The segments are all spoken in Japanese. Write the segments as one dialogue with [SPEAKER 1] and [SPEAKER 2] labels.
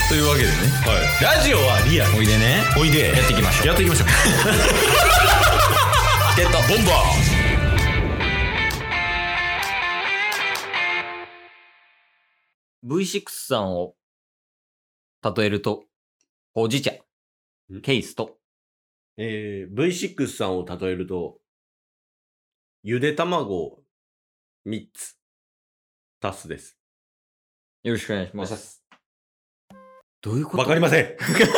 [SPEAKER 1] というわけでね、
[SPEAKER 2] はい、ラジオはリアル。
[SPEAKER 1] おいでね、
[SPEAKER 2] おいで
[SPEAKER 1] やっていきましょう。
[SPEAKER 2] やっていきましょう。
[SPEAKER 1] ゲット
[SPEAKER 2] ボンバ
[SPEAKER 1] ー V6 さんを例えると、ほうじ茶、ケースと、
[SPEAKER 2] V6 さんを例えると、ゆで卵3つ、タスです。
[SPEAKER 1] よろしくお願いします。どういうこと？
[SPEAKER 2] わかりません。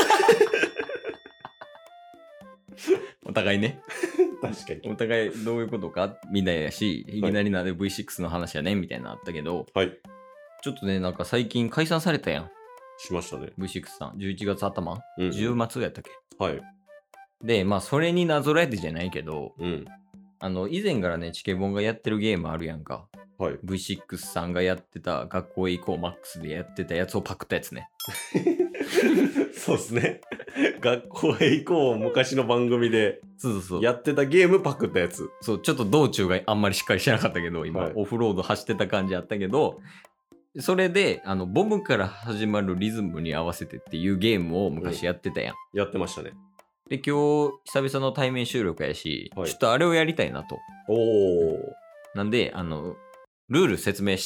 [SPEAKER 1] お互いね。
[SPEAKER 2] 確かに。
[SPEAKER 1] お互いどういうことかみんなやし、いきなりなんで V6 の話やねんみたいなのあったけど、
[SPEAKER 2] はい。
[SPEAKER 1] ちょっとね、なんか最近解散されたやん。
[SPEAKER 2] しましたね。
[SPEAKER 1] V6 さん。11月頭、
[SPEAKER 2] うん、
[SPEAKER 1] 10末やったっけ？
[SPEAKER 2] はい。
[SPEAKER 1] で、まあそれになぞらえてじゃないけど、
[SPEAKER 2] うん。
[SPEAKER 1] 以前からね、チケボンがやってるゲームあるやんか。
[SPEAKER 2] はい。
[SPEAKER 1] V6 さんがやってた学校へ行こうマックスでやってたやつをパクったやつね。
[SPEAKER 2] そうですね。学校へ行こう昔の番組で
[SPEAKER 1] そうそう。
[SPEAKER 2] やってたゲームパクったやつ。
[SPEAKER 1] そう、ちょっと道中があんまりしっかりしてなかったけど、今、
[SPEAKER 2] はい
[SPEAKER 1] オフロード走ってた感じあったけど、それで、ボムから始まるリズムに合わせてっていうゲームを昔やってたやん。
[SPEAKER 2] やってましたね。
[SPEAKER 1] で、今日、久々の対面収録やし、
[SPEAKER 2] はい
[SPEAKER 1] ちょっとあれをやりたいなと。
[SPEAKER 2] おー。
[SPEAKER 1] なんで、ルール説明して。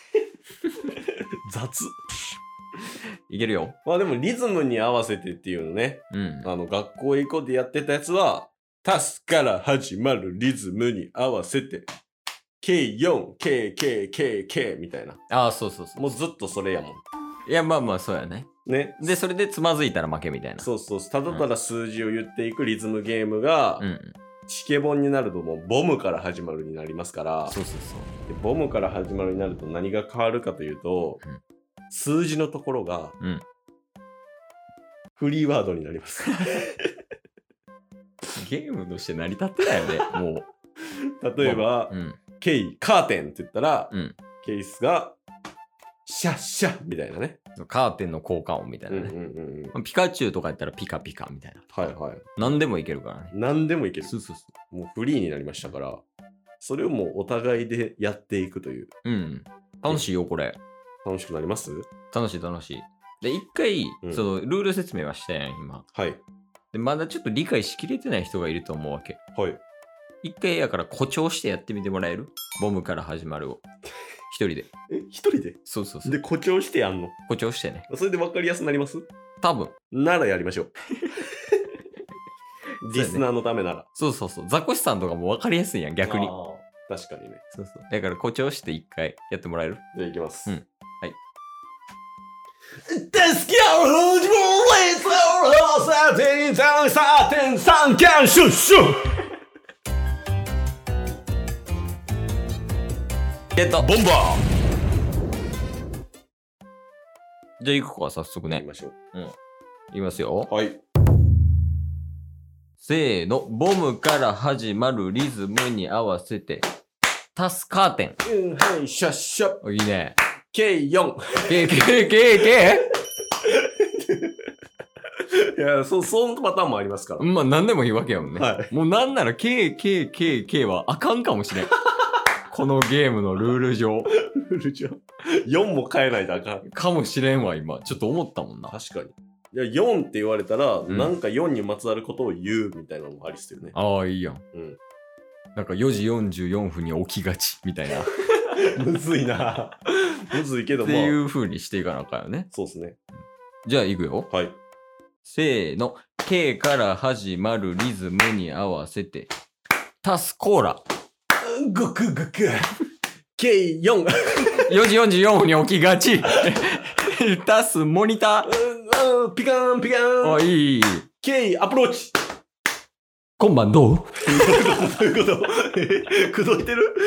[SPEAKER 2] 雑。
[SPEAKER 1] いけるよ。
[SPEAKER 2] まあでもリズムに合わせてっていうのね。
[SPEAKER 1] うん。
[SPEAKER 2] 学校へ行こうでやってたやつは、タスから始まるリズムに合わせて、K4、K、K、K、K みたいな。
[SPEAKER 1] ああ、そうそうそう。
[SPEAKER 2] もうずっとそれやもん。
[SPEAKER 1] いや、まあまあ、そうやね。
[SPEAKER 2] ね。
[SPEAKER 1] で、それでつまずいたら負けみたいな。
[SPEAKER 2] そうそう。ただただ数字を言っていくリズムゲームが、
[SPEAKER 1] うん。
[SPEAKER 2] チケボンになるともうボムから始まるになりますから、
[SPEAKER 1] そうそうそう。
[SPEAKER 2] でボムから始まるになると何が変わるかというと、
[SPEAKER 1] うん
[SPEAKER 2] 数字のところが、
[SPEAKER 1] うん。
[SPEAKER 2] フリーワードになります。
[SPEAKER 1] ゲームとして成り立ってないよね、もう。
[SPEAKER 2] 例えば、
[SPEAKER 1] うん。
[SPEAKER 2] ケイ、カーテンって言ったら、
[SPEAKER 1] うん。
[SPEAKER 2] ケースが、シャッシャッみたいなね。
[SPEAKER 1] カーテンの効果音みたいなね。
[SPEAKER 2] うん。
[SPEAKER 1] ピカチュウとかやったらピカピカみたいな。
[SPEAKER 2] はいはい。
[SPEAKER 1] 何でもいけるからね。
[SPEAKER 2] 何でもいける。
[SPEAKER 1] そうそうそ
[SPEAKER 2] もうフリーになりましたから、それをもうお互いでやっていくという。
[SPEAKER 1] う。うん。楽しいよ、これ。
[SPEAKER 2] 楽しくなります
[SPEAKER 1] 楽しい楽しい。で、一回、
[SPEAKER 2] うん
[SPEAKER 1] その、ルール説明はしたやん、今。
[SPEAKER 2] はい。
[SPEAKER 1] で、まだちょっと理解しきれてない人がいると思うわけ。
[SPEAKER 2] はい。
[SPEAKER 1] 一回やから誇張してやってみてもらえる？ボムから始まるを。一人で。
[SPEAKER 2] 一人で
[SPEAKER 1] そうそうそう。
[SPEAKER 2] で、誇張してやんの
[SPEAKER 1] 誇張してね。
[SPEAKER 2] それで分かりやすくなります
[SPEAKER 1] 多分。
[SPEAKER 2] ならやりましょう。リスナーのためなら。
[SPEAKER 1] そうそうそう。ザコシさんとかも分かりやすいやん、逆に。
[SPEAKER 2] 確かにね。
[SPEAKER 1] そうそう。だから誇張して一回やってもらえる？
[SPEAKER 2] じゃあいきます。
[SPEAKER 1] うんはい。
[SPEAKER 2] 助けを始める3.3キャンシュッシュ
[SPEAKER 1] ゲット
[SPEAKER 2] ボンバ
[SPEAKER 1] じゃあ行くか、早速
[SPEAKER 2] ー行き
[SPEAKER 1] ね。
[SPEAKER 2] ましょう。
[SPEAKER 1] いきますよ。
[SPEAKER 2] はい。
[SPEAKER 1] せーの。ボムから始まるリズムに合わせて、タスカーテン。
[SPEAKER 2] はい、シャッシャッ。
[SPEAKER 1] おいいね。
[SPEAKER 2] K4。いや、そのパターンもありますから。
[SPEAKER 1] まあ、何でもいいわけやもんね。
[SPEAKER 2] はい
[SPEAKER 1] もうなんなら はあかんかもしれん。このゲームのルール上。
[SPEAKER 2] ルール上。4も変えないとあかん。
[SPEAKER 1] かもしれんわ、今。ちょっと思ったもんな。
[SPEAKER 2] 確かに。いや、4って言われたら、
[SPEAKER 1] ん
[SPEAKER 2] なんか4にまつわることを言うみたいなのもありっすよね。
[SPEAKER 1] ああ、いいやん。
[SPEAKER 2] うん。
[SPEAKER 1] なんか4時44分に起きがち、みたいな。っ
[SPEAKER 2] むずいな。むずいけども。
[SPEAKER 1] ていう風にしていかなあかんよね。
[SPEAKER 2] そうですね。
[SPEAKER 1] じゃあ、いくよ。
[SPEAKER 2] はい。
[SPEAKER 1] せーの。K から始まるリズムに合わせて、タスコーラ。
[SPEAKER 2] ごくごく。K4。
[SPEAKER 1] 4時44分に起きがち。タスモニター。
[SPEAKER 2] ピカーンピカーン。
[SPEAKER 1] あ、いい。
[SPEAKER 2] K アプローチ。
[SPEAKER 1] 今晩どう？
[SPEAKER 2] どういうこと口説いてる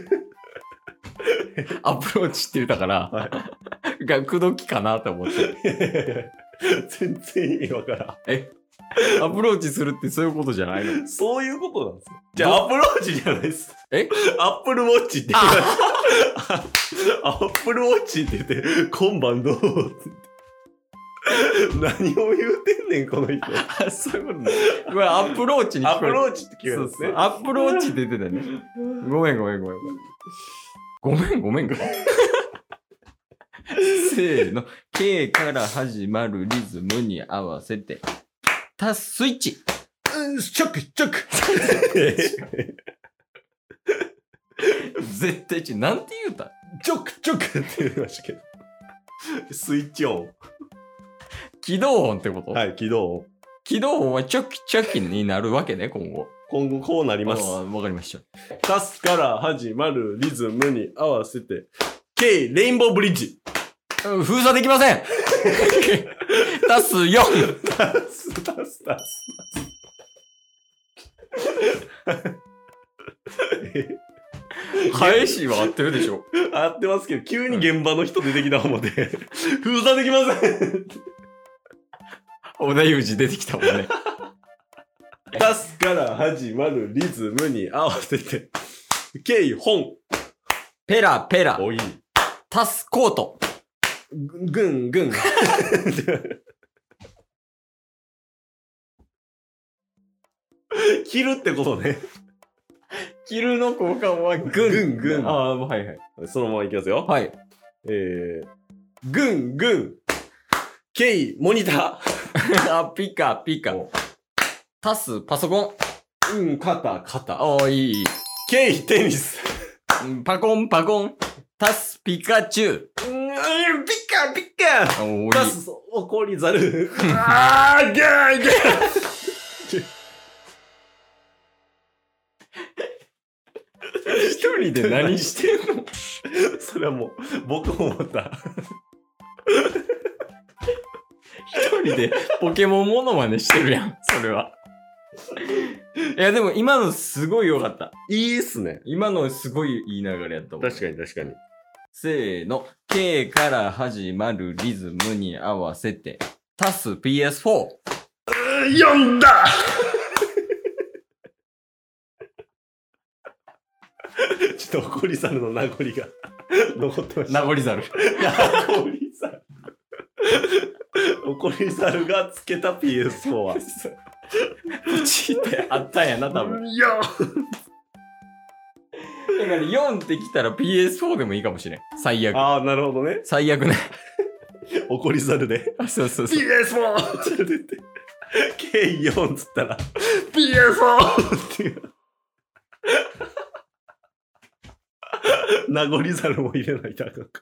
[SPEAKER 1] アプローチって言ったから、
[SPEAKER 2] は
[SPEAKER 1] が、口説きかなと思って。
[SPEAKER 2] 全然意味わから
[SPEAKER 1] アプローチするってそういうことじゃないの？
[SPEAKER 2] ん。そういうことなんですよ。じゃあ、アプローチじゃないです。
[SPEAKER 1] え？
[SPEAKER 2] アップルウォッチって言ってアップルウォッチって言って、今晩どうって何を言うてんねん、この人。
[SPEAKER 1] あ、そういうことね。これアプローチに聞
[SPEAKER 2] アプ
[SPEAKER 1] こえる。
[SPEAKER 2] ローチって聞こえるんですね。
[SPEAKER 1] アプローチって言ってたよね。ごめんか。 せーの。K から始まるリズムに合わせて。スイッチ。
[SPEAKER 2] チョクチョク。
[SPEAKER 1] 絶対なんて言うた？
[SPEAKER 2] チョクチョクって言いましたけど。スイッチオン。
[SPEAKER 1] 起動音ってこと？
[SPEAKER 2] はい、起動音。
[SPEAKER 1] 起動音はチョキチョキになるわけね、今後。
[SPEAKER 2] 今後こうなります。
[SPEAKER 1] わかりました。
[SPEAKER 2] タスから始まるリズムに合わせて、K レインボーブリッジ。
[SPEAKER 1] 封鎖できません。タス4。
[SPEAKER 2] タス。
[SPEAKER 1] 返しは合ってるでしょ。
[SPEAKER 2] 合ってますけど、急に現場の人出てきた思って、封鎖できません。
[SPEAKER 1] 小田裕二出てきたもんね。
[SPEAKER 2] タスから始まるリズムに合わせて、K 本。
[SPEAKER 1] ペラペラ。
[SPEAKER 2] おい。
[SPEAKER 1] タスコート。
[SPEAKER 2] ぐん。切るってことね。
[SPEAKER 1] キルの効果はグン。ああ、はいはい。
[SPEAKER 2] そのままいきますよ。
[SPEAKER 1] はい。
[SPEAKER 2] ぐん。K モニタ
[SPEAKER 1] あ、ピカ。タスパソコン。
[SPEAKER 2] 肩。
[SPEAKER 1] おー、いい。
[SPEAKER 2] K テニス。
[SPEAKER 1] パコン。タスピカチュウ。
[SPEAKER 2] ピカ。
[SPEAKER 1] おー、いい。
[SPEAKER 2] タス怒りざる。ギャー
[SPEAKER 1] 一人で何してんの？
[SPEAKER 2] それはもう、僕も思った。
[SPEAKER 1] 一人でポケモンモノマネしてるやん、それは。いや、でも今のすごい良かった。
[SPEAKER 2] いいっすね。
[SPEAKER 1] 今のすごいいい流れやったもん。
[SPEAKER 2] 確かに。
[SPEAKER 1] せーの。K から始まるリズムに合わせて。タス PS4。
[SPEAKER 2] 読んだちょっと怒り猿の名残が残ってました。
[SPEAKER 1] 名残猿。
[SPEAKER 2] 怒り猿がつけた PS4 は。
[SPEAKER 1] プチってあったんやな、多分。
[SPEAKER 2] いや
[SPEAKER 1] だから4ってきたら PS4 でもいいかもしれん。最悪。
[SPEAKER 2] ああ、なるほどね。
[SPEAKER 1] 最悪ね。
[SPEAKER 2] 怒り猿で。
[SPEAKER 1] あ、そう。
[SPEAKER 2] PS4 って言って。K4 つったら PS4 っていう。名残猿も入れないとあかんか。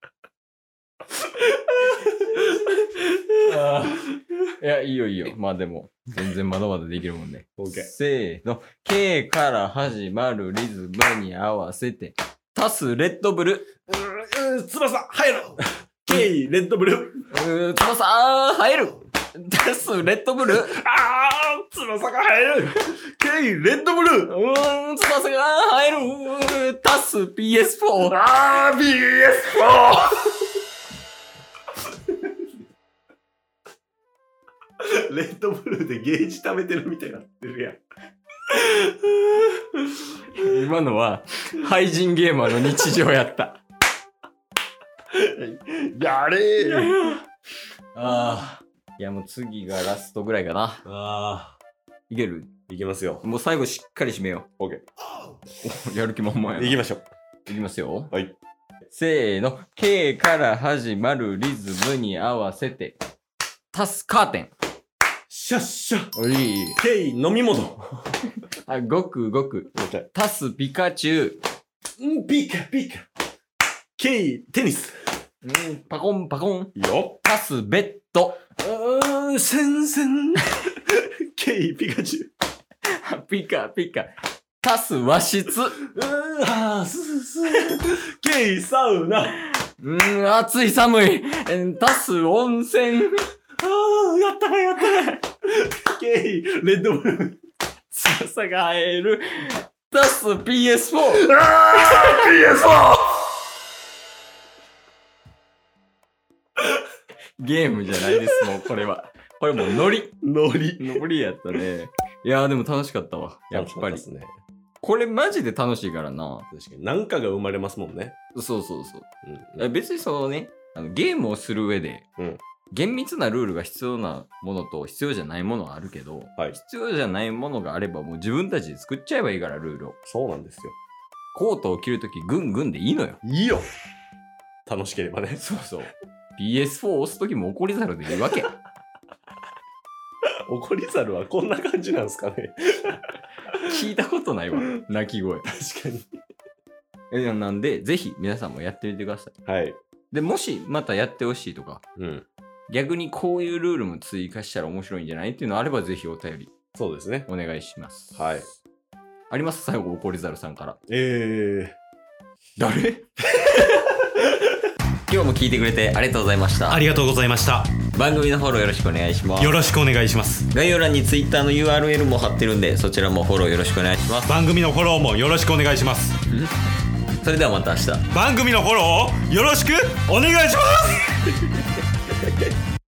[SPEAKER 1] いや、いいよ。まあでも、全然まだまだできるもんね。
[SPEAKER 2] OK。
[SPEAKER 1] せーの。K から始まるリズムに合わせて。タスレッドブル。
[SPEAKER 2] 翼入る。K レッドブル。
[SPEAKER 1] 翼入る。タスレッドブル。
[SPEAKER 2] 翼が入る。K レッドブル。
[SPEAKER 1] 翼が入る。タス PS4。
[SPEAKER 2] PS4。レッドブルでゲージ貯めてるみたいになってるやん。
[SPEAKER 1] 今のは、廃人ゲーマーの日常やった。
[SPEAKER 2] やれー。
[SPEAKER 1] いやもう次がラストぐらいかな。いける？
[SPEAKER 2] いきますよ。
[SPEAKER 1] もう最後しっかり締めよ
[SPEAKER 2] OK。
[SPEAKER 1] う。やる気満々やな。
[SPEAKER 2] いきましょう。
[SPEAKER 1] いきますよ。
[SPEAKER 2] はい。
[SPEAKER 1] せーの。K から始まるリズムに合わせて。タスカーテン。
[SPEAKER 2] シャッシャ。
[SPEAKER 1] おい。
[SPEAKER 2] K 飲み物。
[SPEAKER 1] ごく。タスピカチュウ。
[SPEAKER 2] ピカ。K テニス。
[SPEAKER 1] パコン。
[SPEAKER 2] よ。
[SPEAKER 1] タスベッド。
[SPEAKER 2] セン。K ピカチュウ。
[SPEAKER 1] ピカ。タス和室。
[SPEAKER 2] ス。K サウナ。
[SPEAKER 1] 暑い寒い。タス温泉。
[SPEAKER 2] やったか。K レッドブル。
[SPEAKER 1] 翼が生える。タス PS4。
[SPEAKER 2] PS4。
[SPEAKER 1] ゲームじゃないです、もうこれは。これもうノリやったね。いやーでも楽しかったわ。やっぱり。
[SPEAKER 2] ですね。
[SPEAKER 1] これマジで楽しいからな。
[SPEAKER 2] 確かに。なんかが生まれますもんね。
[SPEAKER 1] そう。別にそのね、ゲームをする上で、厳密なルールが必要なものと必要じゃないものはあるけど、必要じゃないものがあればもう自分たちで作っちゃえばいいから、ルールを。
[SPEAKER 2] そうなんですよ。
[SPEAKER 1] コートを着るときグングンでいいのよ。
[SPEAKER 2] いいよ。楽しければね。
[SPEAKER 1] そう。 PS4 押すときも怒りざるでいいわけ。
[SPEAKER 2] 怒り猿はこんな感じなんすかね。
[SPEAKER 1] 聞いたことないわ、鳴き声。
[SPEAKER 2] 確か
[SPEAKER 1] に。なんで、ぜひ皆さんもやってみてください。
[SPEAKER 2] はい。
[SPEAKER 1] で、もしまたやってほしいとか、逆にこういうルールも追加したら面白いんじゃないっていうのあれば、ぜひお便り。
[SPEAKER 2] そうですね。
[SPEAKER 1] お願いします。
[SPEAKER 2] はい。
[SPEAKER 1] あります最後、怒りざるさんから。
[SPEAKER 2] 誰
[SPEAKER 1] 今日も聞いてくれてありがとうございました。
[SPEAKER 3] ありがとうございました。
[SPEAKER 1] 番組のフォローよろしくお願いします。
[SPEAKER 3] よろしくお願いします。
[SPEAKER 1] 概要欄に Twitter の URL も貼ってるんで、そちらもフォローよろしくお願いします。
[SPEAKER 3] 番組のフォローもよろしくお願いします。
[SPEAKER 1] それではまた明日。
[SPEAKER 3] 番組のフォローをよろしくお願いします。